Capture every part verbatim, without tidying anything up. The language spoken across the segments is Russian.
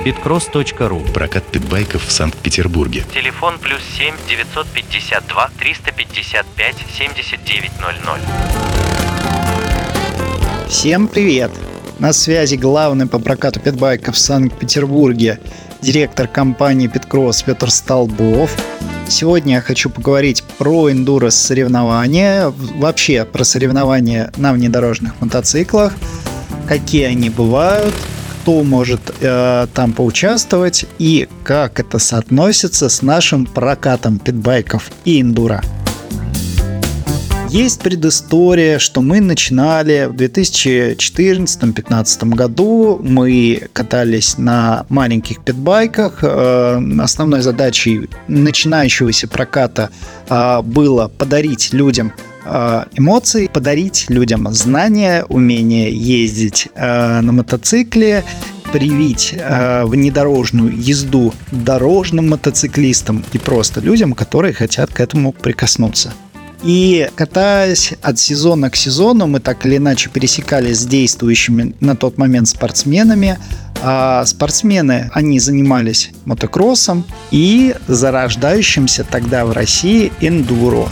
питкросс точка ру. Прокат питбайков в Санкт-Петербурге. Телефон плюс семь девятьсот пятьдесят два триста пятьдесят пять семьдесят девять ноль ноль. Всем привет! На связи главный по прокату питбайков в Санкт-Петербурге директор компании «Питкросс» Петр Столбов. Сегодня я хочу поговорить про эндуро-соревнования, вообще про соревнования на внедорожных мотоциклах, какие они бывают, кто может э, там поучаствовать и как это соотносится с нашим прокатом питбайков и эндуро. Есть предыстория, что мы начинали в две тысячи четырнадцатом-пятнадцатом году, мы катались на маленьких питбайках. Основной задачей начинающегося проката было подарить людям эмоции, подарить людям знания, умение ездить на мотоцикле, привить внедорожную езду дорожным мотоциклистам и просто людям, которые хотят к этому прикоснуться. И катаясь от сезона к сезону, мы так или иначе пересекались с действующими на тот момент спортсменами. А спортсмены, они занимались мотокроссом и зарождающимся тогда в России эндуро.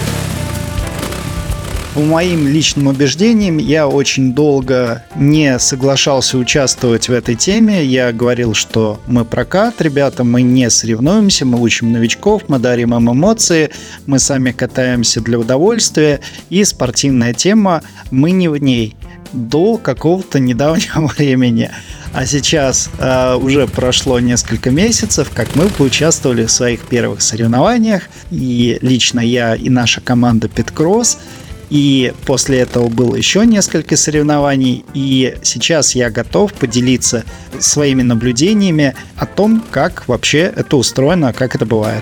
По моим личным убеждениям, я очень долго не соглашался участвовать в этой теме. Я говорил, что мы прокат, ребята, мы не соревнуемся, мы учим новичков, мы дарим им эмоции, мы сами катаемся для удовольствия, и спортивная тема, мы не в ней до какого-то недавнего времени. А сейчас э, уже прошло несколько месяцев, как мы поучаствовали в своих первых соревнованиях, и лично я и наша команда «Питкросс». И после этого было еще несколько соревнований, и сейчас я готов поделиться своими наблюдениями о том, как вообще это устроено, как это бывает.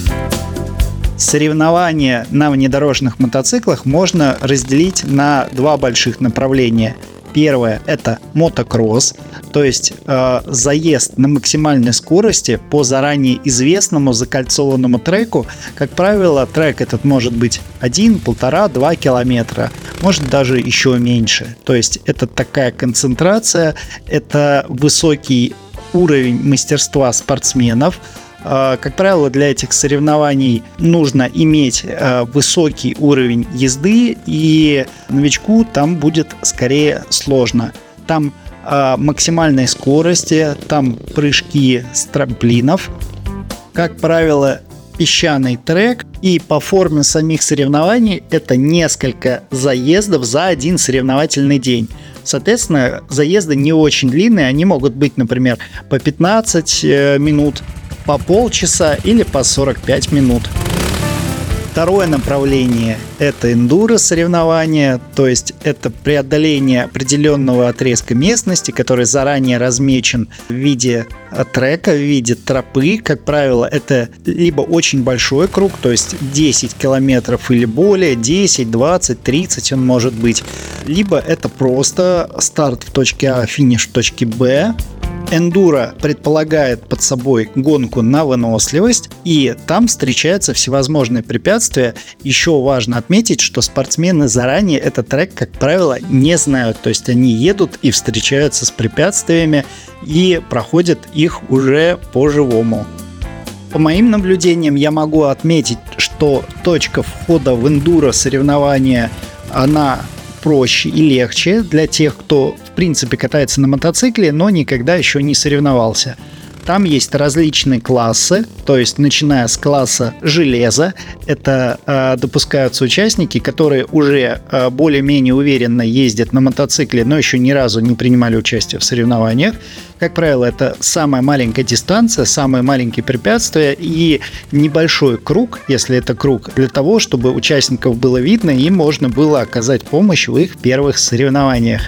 Соревнования на внедорожных мотоциклах можно разделить на два больших направления. Первое – это мотокросс, то есть э, заезд на максимальной скорости по заранее известному закольцованному треку. Как правило, трек этот может быть один, полтора, два километра, может даже еще меньше. То есть это такая концентрация, это высокий уровень мастерства спортсменов. Как правило, для этих соревнований нужно иметь высокий уровень езды, и новичку там будет скорее сложно. Там максимальные скорости, там прыжки с трамплинов. Как правило, песчаный трек, и по форме самих соревнований это несколько заездов за один соревновательный день. Соответственно, заезды не очень длинные, они могут быть, например, по пятнадцать минут, по полчаса или по сорок пять минут. Второе направление – это эндуро соревнования, то есть это преодоление определенного отрезка местности, который заранее размечен в виде трека, в виде тропы. Как правило, это либо очень большой круг, то есть десять километров или более, десять, двадцать, тридцать он может быть, либо это просто старт в точке А, финиш в точке Б. Эндуро предполагает под собой гонку на выносливость, и там встречаются всевозможные препятствия. Еще важно отметить, что спортсмены заранее этот трек, как правило, не знают. То есть они едут и встречаются с препятствиями и проходят их уже по-живому. По моим наблюдениям я могу отметить, что точка входа в эндуро соревнования, она проще и легче для тех, кто в принципе катается на мотоцикле, но никогда еще не соревновался. Там есть различные классы, то есть начиная с класса железа, это э, допускаются участники, которые уже э, более-менее уверенно ездят на мотоцикле, но еще ни разу не принимали участие в соревнованиях. Как правило, это самая маленькая дистанция, самые маленькие препятствия и небольшой круг, если это круг, для того, чтобы участников было видно и можно было оказать помощь в их первых соревнованиях.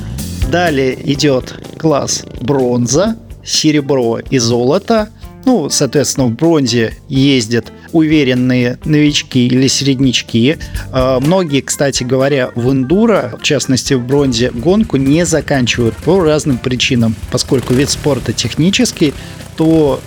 Далее идет класс бронза, серебро и золото. Ну, соответственно, в бронзе ездят уверенные новички или среднячки. Многие, кстати говоря, в эндуро, в частности в бронзе, гонку не заканчивают по разным причинам. Поскольку вид спорта технический, то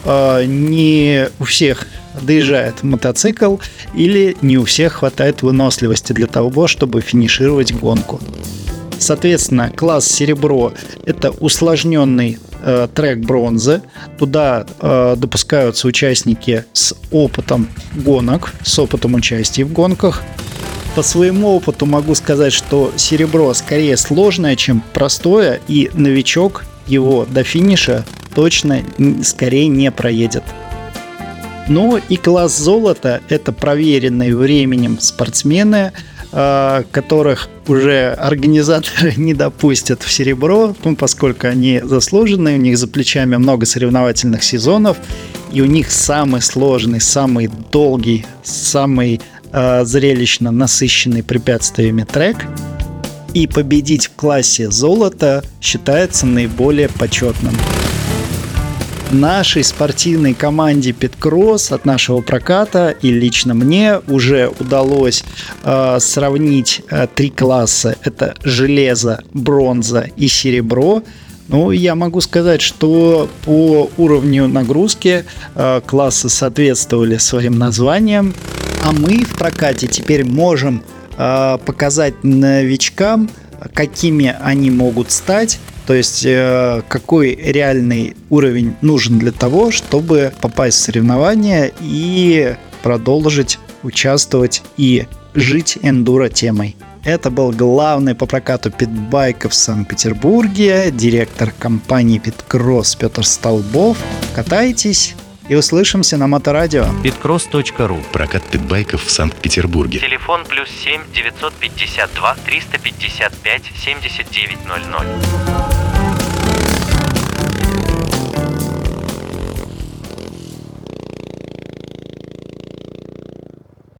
не у всех доезжает мотоцикл или не у всех хватает выносливости для того, чтобы финишировать гонку. Соответственно, класс серебро – это усложненный э, трек бронзы. Туда э, допускаются участники с опытом гонок, с опытом участия в гонках. По своему опыту могу сказать, что серебро скорее сложное, чем простое, и новичок его до финиша точно скорее не проедет. Ну и класс золота – это проверенные временем спортсмены, которых уже организаторы не допустят в серебро, ну, поскольку они заслуженные, у них за плечами много соревновательных сезонов, и у них самый сложный, самый долгий, самый э, зрелищно насыщенный препятствиями трек. И победить в классе золота считается наиболее почетным. Нашей спортивной команде Питкросс от нашего проката и лично мне уже удалось э, сравнить э, три класса. Это железо, бронза и серебро. Ну, я могу сказать, что по уровню нагрузки э, классы соответствовали своим названиям. А мы в прокате теперь можем э, показать новичкам, какими они могут стать. То есть, э, какой реальный уровень нужен для того, чтобы попасть в соревнования и продолжить участвовать и жить эндуро-темой. Это был главный по прокату питбайков в Санкт-Петербурге, директор компании Питкросс Петр Столбов. Катайтесь и услышимся на Моторадио. питкросс точка ру. Прокат питбайков в Санкт-Петербурге. Телефон плюс семь девятьсот пятьдесят два триста пятьдесят пять семьдесят девять ноль ноль.